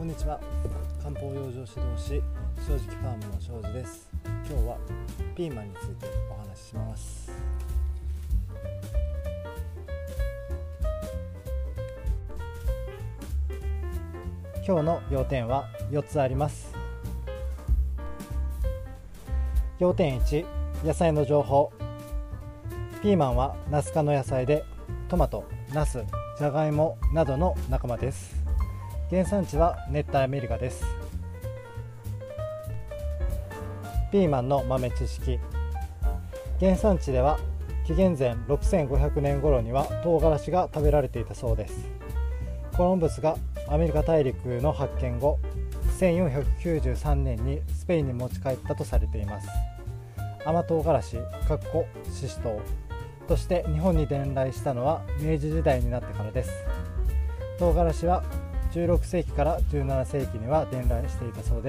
こんにちは。漢方養生指導士正直ファームの庄司です。今日はピーマンについてお話しします。今日の要点は4つあります。要点1、野菜の情報。ピーマンはナス科の野菜で、トマト、ナス、ジャガイモなどの仲間です。原産地は熱帯アメリカです。ピーマンの豆知識。原産地では紀元前6500年頃には唐辛子が食べられていたそうです。コロンブスがアメリカ大陸の発見後、1493年にスペインに持ち帰ったとされています。甘唐辛子シシトウとして日本に伝来したのは明治時代になってからです。唐辛子は16世紀から17世紀には伝来していたそうです。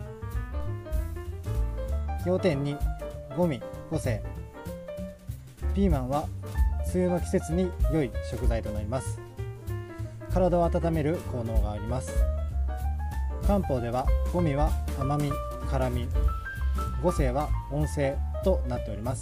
要点2、五味五性。ピーマンは梅雨の季節に良い食材となります。体を温める効能があります。漢方では五味は甘み、辛み、五性は温性となっております。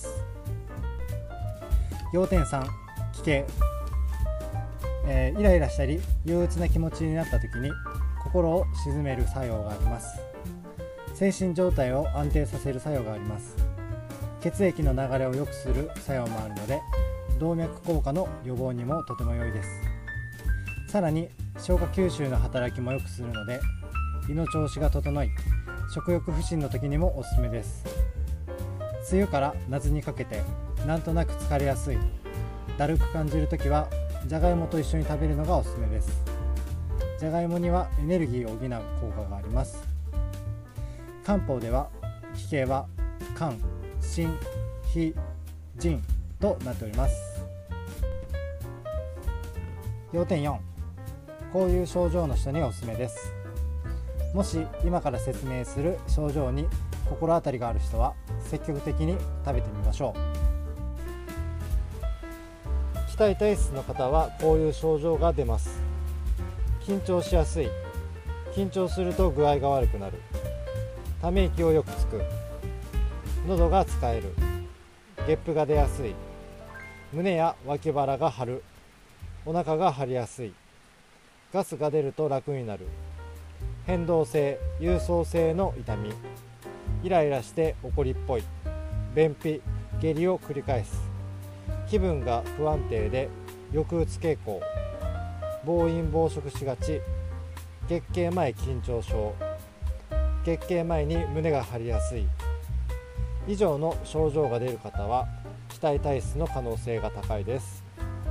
要点3、気形。イライラしたり憂鬱な気持ちになった時に心を鎮める作用があります。精神状態を安定させる作用があります。血液の流れを良くする作用もあるので、動脈硬化の予防にもとても良いです。さらに消化吸収の働きも良くするので、胃の調子が整い、食欲不振の時にもおすすめです。梅雨から夏にかけてなんとなく疲れやすい、だるく感じる時はじゃがいもと一緒に食べるのがおすすめです。じゃがいもにはエネルギーを補う効果があります。漢方では気形は肝、心、脾、腎となっております。要点4、こういう症状の人におすすめです。もし今から説明する症状に心当たりがある人は積極的に食べてみましょう。気体体質の方はこういう症状が出ます。緊張しやすい、緊張すると具合が悪くなる、ため息をよくつく、喉がつかえる、ゲップが出やすい、胸や脇腹が張る、お腹が張りやすい、ガスが出ると楽になる、変動性、遊走性の痛み、イライラして怒りっぽい、便秘、下痢を繰り返す、気分が不安定で抑うつ傾向、暴飲暴食しがち、月経前緊張症、月経前に胸が張りやすい、以上の症状が出る方は気体体質の可能性が高いです。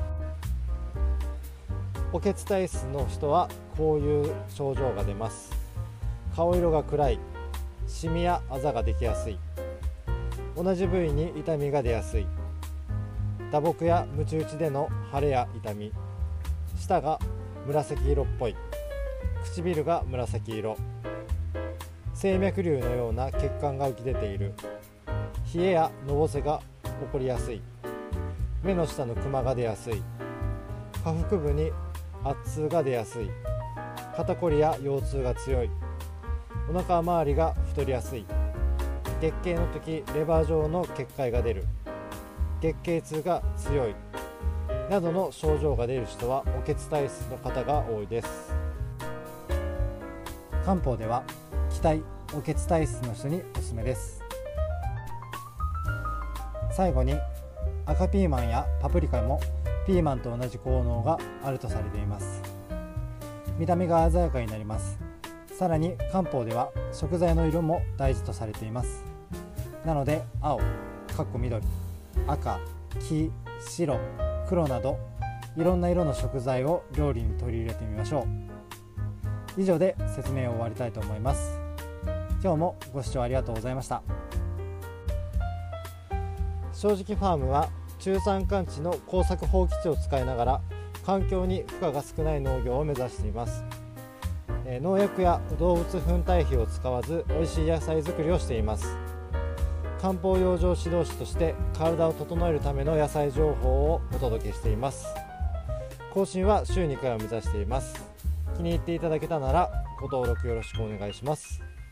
おけつ体質の人はこういう症状が出ます。顔色が暗い、シミやあざができやすい、同じ部位に痛みが出やすい、打撲やムチ打ちでの腫れや痛み、舌が紫色っぽい、唇が紫色、静脈瘤のような血管が浮き出ている、冷えやのぼせが起こりやすい、目の下のクマが出やすい、下腹部に圧痛が出やすい、肩こりや腰痛が強い、お腹周りが太りやすい、月経の時レバー状の結界が出る、月経痛が強いなどの症状が出る人はおけつ体質の方が多いです。漢方では気体おけつ体質の人におすすめです。最後に赤ピーマンやパプリカもピーマンと同じ効能があるとされています。見た目が鮮やかになります。さらに漢方では食材の色も大事とされています。なので青緑、赤、黄、白、黒などいろんな色の食材を料理に取り入れてみましょう。以上で説明を終わりたいと思います。今日もご視聴ありがとうございました。正直ファームは中山間地の耕作放棄地を使いながら環境に負荷が少ない農業を目指しています。農薬や動物粉堆肥を使わず美味しい野菜作りをしています。漢方養生指導士として体を整えるための野菜情報をお届けしています。更新は週2回を目指しています。 気に入っていただけたならご登録よろしくお願いします。